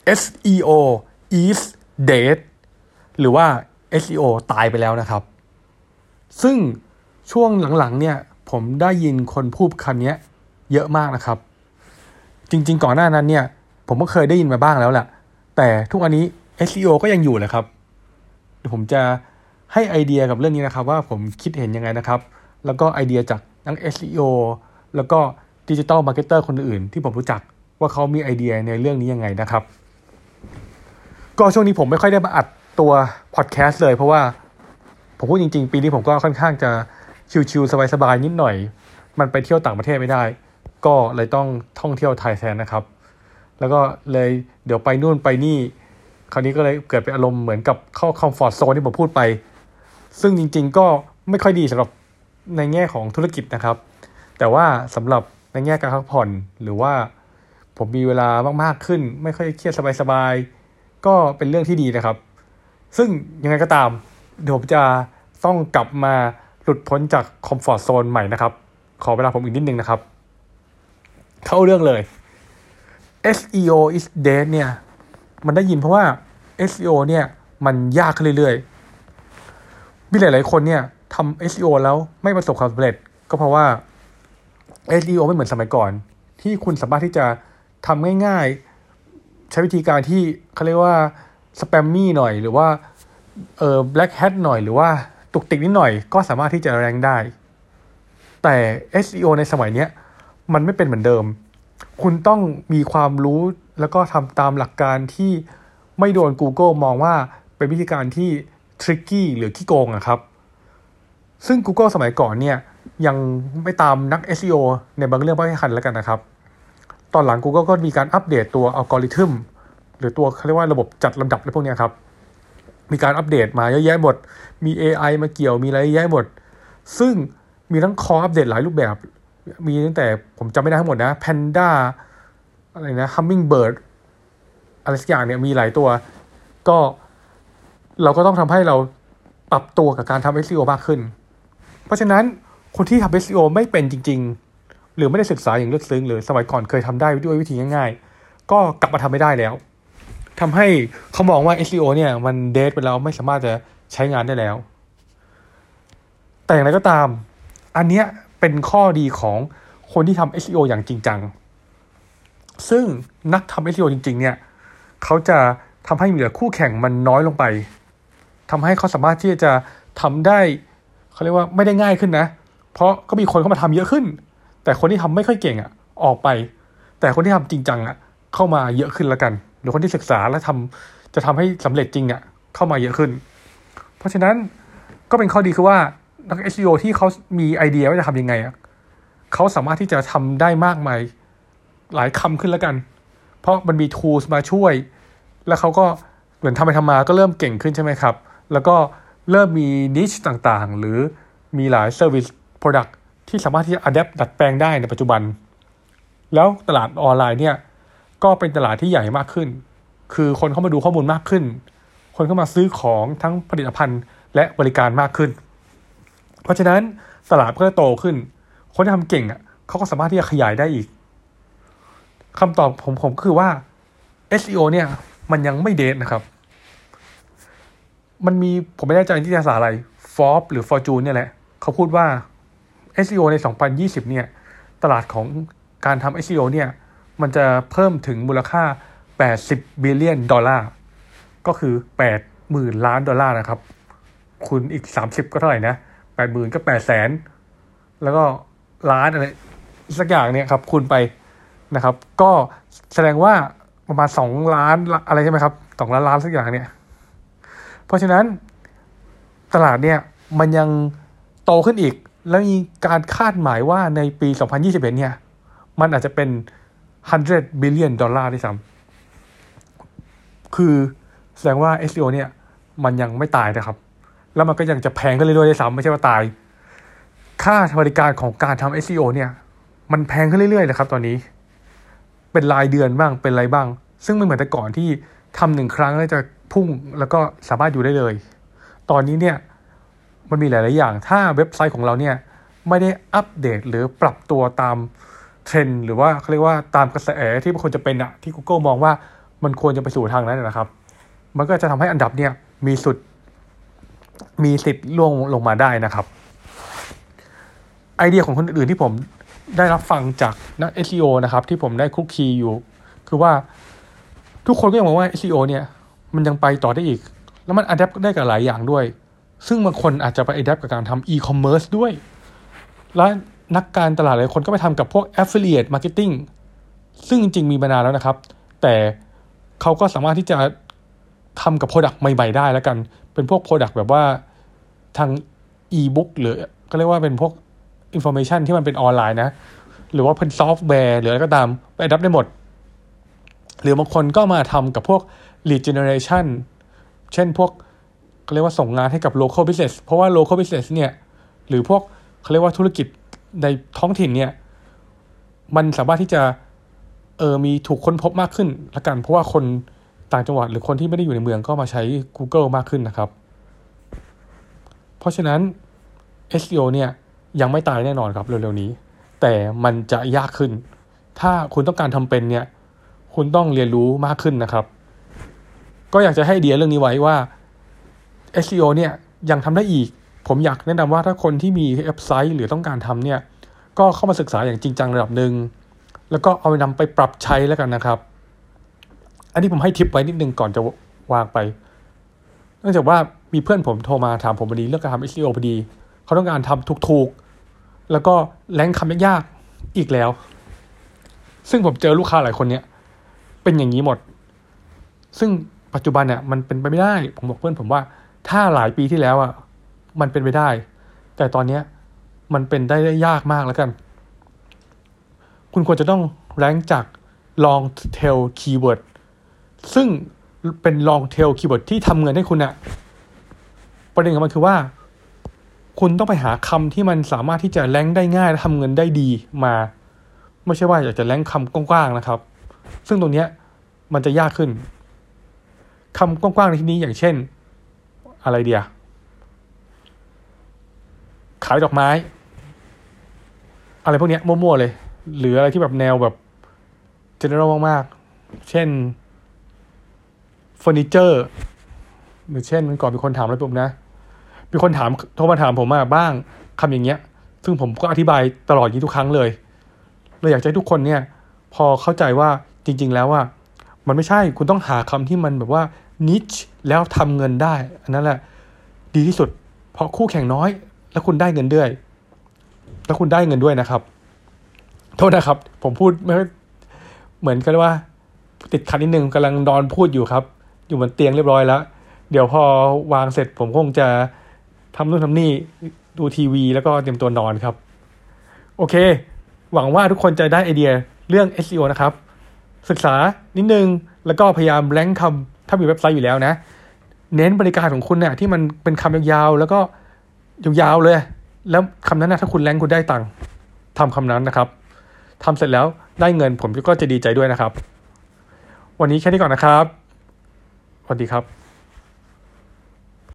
SEO is dead หรือว่า SEO ตายไปแล้วนะครับซึ่งช่วงหลังๆเนี่ยผมได้ยินคนพูดคำนี้เยอะมากนะครับจริงๆก่อนหน้านั้นเนี่ยผมก็เคยได้ยินมาบ้างแล้วแหละแต่ทุกวันนี้ SEO ก็ยังอยู่เลยครับเดี๋ยวผมจะให้ไอเดียกับเรื่องนี้นะครับว่าผมคิดเห็นยังไงนะครับแล้วก็ไอเดียจากนัก SEO แล้วก็ดิจิทัลมาร์เก็ตเตอร์คนอื่นที่ผมรู้จักว่าเขามีไอเดียในเรื่องนี้ยังไงนะครับก็ช่วงนี้ผมไม่ค่อยได้มาอัดตัวพอดแคสต์เลยเพราะว่าผมพูดจริงๆปีนี้ผมก็ค่อนข้างจะชิลๆสบายๆนิดหน่อยมันไปเที่ยวต่างประเทศไม่ได้ก็เลยต้องท่องเที่ยวไทยแทนนะครับแล้วก็เลยเดี๋ยวไปนู่นไปนี่คราวนี้ก็เลยเกิดเป็นอารมณ์เหมือนกับเข้าคอมฟอร์ตโซนที่ผมพูดไปซึ่งจริงๆก็ไม่ค่อยดีสำหรับในแง่ของธุรกิจนะครับแต่ว่าสำหรับในแง่การพักผ่อนหรือว่าผมมีเวลามากๆขึ้นไม่ค่อยเครียดสบายๆก็เป็นเรื่องที่ดีนะครับซึ่งยังไงก็ตามเดี๋ยวผมจะต้องกลับมาหลุดพ้นจากคอมฟอร์ตโซนใหม่นะครับขอเวลาผมอีกนิดนึงนะครับเข้าเรื่องเลย SEO is dead เนี่ยมันได้ยินเพราะว่า SEO เนี่ยมันยากขึ้นเรื่อยๆมีหลายๆคนเนี่ยทำ SEO แล้วไม่ประสบความสำเร็จก็เพราะว่า SEO ไม่เหมือนสมัยก่อนที่คุณสามารถที่จะทำง่ายๆใช้วิธีการที่เขาเรียกว่าสแปมมี่หน่อยหรือว่าblack hat หน่อยหรือว่าตุกติกนิดหน่อยก็สามารถที่จะแรงได้แต่ SEO ในสมัยนี้มันไม่เป็นเหมือนเดิมคุณต้องมีความรู้แล้วก็ทำตามหลักการที่ไม่โดน Google มองว่าเป็นวิธีการที่ tricky หรือขี้โกงครับซึ่ง Google สมัยก่อนเนี่ยยังไม่ตามนัก SEO ในบางเรื่องไม่ให้ทันแล้วกันนะครับตอนหลัง Google ก็มีการอัปเดตตัวอัลกอริทึมหรือตัวเขาเรียกว่าระบบจัดลำดับอะไรพวกนี้ครับมีการอัปเดตมาเยอะแยะหมดมี AI มาเกี่ยวมีอะไรเยอะแยะหมดซึ่งมีทั้งคออัปเดตหลายรูปแบบมีตั้งแต่ผมจำไม่ได้ทั้งหมดนะ Panda อะไรนะ Hummingbird อะไรสักอย่างเนี่ยมีหลายตัวก็เราก็ต้องทำให้เราปรับตัวกับการทำ SEO มากขึ้นเพราะฉะนั้นคนที่ทำ SEO ไม่เป็นจริงๆหรือไม่ได้ศึกษาอย่างลึกซึ้งหรือสมัยก่อนเคยทำได้ด้วยวิธีง่ายๆก็กลับมาทำไม่ได้แล้วทำให้เขามองว่า SEO เนี่ยมันเดทไปแล้วไม่สามารถจะใช้งานได้แล้วแต่อย่างไรก็ตามอันเนี้ยเป็นข้อดีของคนที่ทำ SEO อย่างจริงจังซึ่งนักทำ SEO จริงๆเนี่ยเขาจะทำให้เหลือคู่แข่งมันน้อยลงไปทำให้เขาสามารถที่จะทำได้เขาเรียกว่าไม่ได้ง่ายขึ้นนะเพราะก็มีคนเข้ามาทำเยอะขึ้นแต่คนที่ทำไม่ค่อยเก่งออกไปแต่คนที่ทำจริงจังเข้ามาเยอะขึ้นแล้วกันหรือคนที่ศึกษาและจะทำให้สำเร็จจริงเข้ามาเยอะขึ้นเพราะฉะนั้นก็เป็นข้อดีคือว่านัก SEO ที่เขามีไอเดียว่าจะทำยังไงเขาสามารถที่จะทำได้มากมายหลายคำขึ้นแล้วกันเพราะมันมี tools มาช่วยแล้วเขาก็เหมือนทำไปทำมาก็เริ่มเก่งขึ้นใช่ไหมครับแล้วก็เริ่มมี niche ต่างๆหรือมีหลาย service product ที่สามารถที่จะ adapt ดัดแปลงได้ในปัจจุบันแล้วตลาดออนไลน์เนี่ยก็เป็นตลาดที่ใหญ่มากขึ้นคือคนเข้ามาดูข้อมูลมากขึ้นคนเข้ามาซื้อของทั้งผลิตภัณฑ์และบริการมากขึ้นเพราะฉะนั้นตลาดก็โตขึ้นคนที่ทำเก่งเขาก็สามารถที่จะขยายได้อีกคำตอบผมคือว่า SEO เนี่ยมันยังไม่เดทนะครับมันมีผมไม่แน่ใจที่ภาษาอะไร Forbes หรือ Fortune เนี่ยแหละเขาพูดว่า SEO ใน2020เนี่ยตลาดของการทำ SEO เนี่ยมันจะเพิ่มถึงมูลค่า$80 บิลเลียนก็คือ$80,000 ล้านนะครับคุณอีก30ก็เท่าไหร่นะ80,000ก็800,000แล้วก็ล้านอะไรสักอย่างเนี่ยครับคูณไปนะครับก็แสดงว่าประมาณ2ล้านอะไรใช่ไหมครับ2ล้านสักอย่างเนี่ยเพราะฉะนั้นตลาดเนี่ยมันยังโตขึ้นอีกแล้วมีการคาดหมายว่าในปี2021เนี่ยมันอาจจะเป็น$100 บิลเลียนด้วยซ้ำคือแสดงว่า SEO เนี่ยมันยังไม่ตายนะครับแล้วมันก็ยังจะแพงขึ้นเรื่อยๆด้วยซ้ำไม่ใช่ว่าตายค่าบริการของการทำ SEO เนี่ยมันแพงขึ้นเรื่อยๆนะครับตอนนี้เป็นรายเดือนบ้างเป็นอะไรบ้างซึ่งไม่เหมือนแต่ก่อนที่ทำ1ครั้งแล้วจะพุ่งแล้วก็สามารถอยู่ได้เลยตอนนี้เนี่ยมันมีหลายๆอย่างถ้าเว็บไซต์ของเราเนี่ยไม่ได้อัปเดตหรือปรับตัวตามเทรนด์หรือว่าเขาเรียกว่าตามกระแสที่มันควรจะเป็นที่ Google มองว่ามันควรจะไปสู่ทางนั้นนะครับมันก็จะทำให้อันดับเนี่ยมีสิทธิ์ล่วงลงมาได้นะครับไอเดียของคนอื่นที่ผมได้รับฟังจากนัก SEO นะครับที่ผมได้คุกคีอยู่คือว่าทุกคนก็ยังมองว่า SEO เนี่ยมันยังไปต่อได้อีกแล้วมันอัดแอปได้กับหลายอย่างด้วยซึ่งบางคนอาจจะไปอัดแอปกับการทำ e-commerce ด้วยและนักการตลาดหลายคนก็ไปทำกับพวก affiliate marketing ซึ่งจริงๆมีมานานแล้วนะครับแต่เขาก็สามารถที่จะทำกับ product ใหม่ๆได้แล้วกันเป็นพวก product แบบว่าทาง e-book หรือก็เรียกว่าเป็นพวก information ที่มันเป็นออนไลน์นะหรือว่าเป็นซอฟต์แวร์หรืออะไรก็ตามไปอัดแอปได้หมดหรือบางคนก็มาทำกับพวก lead generation เช่นพวกเขาเรียกว่าส่งงานให้กับ local business เพราะว่า local business เนี่ยหรือพวกเขาเรียกว่าธุรกิจในท้องถิ่นเนี่ยมันสามารถที่จะมีถูกค้นพบมากขึ้นละกันเพราะว่าคนต่างจังหวัดหรือคนที่ไม่ได้อยู่ในเมืองก็มาใช้ Google มากขึ้นนะครับเพราะฉะนั้น SEO เนี่ยยังไม่ตายแน่นอนครับเร็วๆนี้แต่มันจะยากขึ้นถ้าคุณต้องการทำเป็นเนี่ยคุณต้องเรียนรู้มากขึ้นนะครับก็อยากจะให้ไอเดียเรื่องนี้ไว้ว่า SEO เนี่ยยังทำได้อีกผมอยากแนะนำว่าถ้าคนที่มีเว็บไซต์หรือต้องการทำเนี่ยก็เข้ามาศึกษาอย่างจริงจังระดับหนึ่งแล้วก็เอาไปนำไปปรับใช้แล้วกันนะครับอันนี้ผมให้ทิปไว้นิดนึงก่อนจะวางไปเนื่องจากว่ามีเพื่อนผมโทรมาถามผมพอดีเรื่องการทำ SEO พอดีเขาต้องการทำถูกๆแล้วก็แรงคำยากๆอีกแล้วซึ่งผมเจอลูกค้าหลายคนเนี่ยเป็นอย่างนี้หมดซึ่งปัจจุบันเนี่ยมันเป็นไปไม่ได้ผมบอกเพื่อนผมว่าถ้าหลายปีที่แล้วอ่ะมันเป็นไปได้แต่ตอนนี้มันเป็นได้ยากมากแล้วกันคุณควรจะต้องแรงจาก long tail keyword ซึ่งเป็น long tail keyword ที่ทำเงินให้คุณอะประเด็นของมันคือว่าคุณต้องไปหาคำที่มันสามารถที่จะแรงได้ง่ายและทำเงินได้ดีมาไม่ใช่ว่าอยากจะแรงคำกว้างๆนะครับซึ่งตรงนี้มันจะยากขึ้นคำกว้างๆในที่นี้อย่างเช่นอะไรเดียขายดอกไม้อะไรพวกนี้มั่วๆเลยหรืออะไรที่แบบแนวแบบ general มากๆเช่นเฟอร์นิเจอร์หรือเช่นก่อนมีคนถามอะไรผมนะมีคนถามโทรมาถามผมมาบ้างคำอย่างเงี้ยซึ่งผมก็อธิบายตลอดทุกครั้งเลยอยากให้ทุกคนเนี่ยพอเข้าใจว่าจริงๆแล้วว่ามันไม่ใช่คุณต้องหาคำที่มันแบบว่า niche แล้วทำเงินได้อันนั้นแหละดีที่สุดเพราะคู่แข่งน้อยแล้วคุณได้เงินด้วยนะครับโทษนะครับผมพูดไม่เหมือนกันว่าติดขัดนิดนึงกำลังนอนพูดอยู่ครับอยู่บนเตียงเรียบร้อยแล้วเดี๋ยวพอวางเสร็จผมคงจะทำนู่นทำนี่ดูทีวีแล้วก็เตรียมตัวนอนครับโอเคหวังว่าทุกคนจะได้ไอเดียเรื่อง SEO นะครับศึกษานิดนึงแล้วก็พยายามแรงคำถ้ามีเว็บไซต์อยู่แล้วนะเน้นบริการของคุณเนี่ยที่มันเป็นคำยาวๆแล้วก็ยาวๆเลยแล้วคำนั้นนะถ้าคุณแรงคุณได้ตังค์ทำคำนั้นนะครับทำเสร็จแล้วได้เงินผมก็จะดีใจด้วยนะครับวันนี้แค่นี้ก่อนนะครับสวัสดีครับ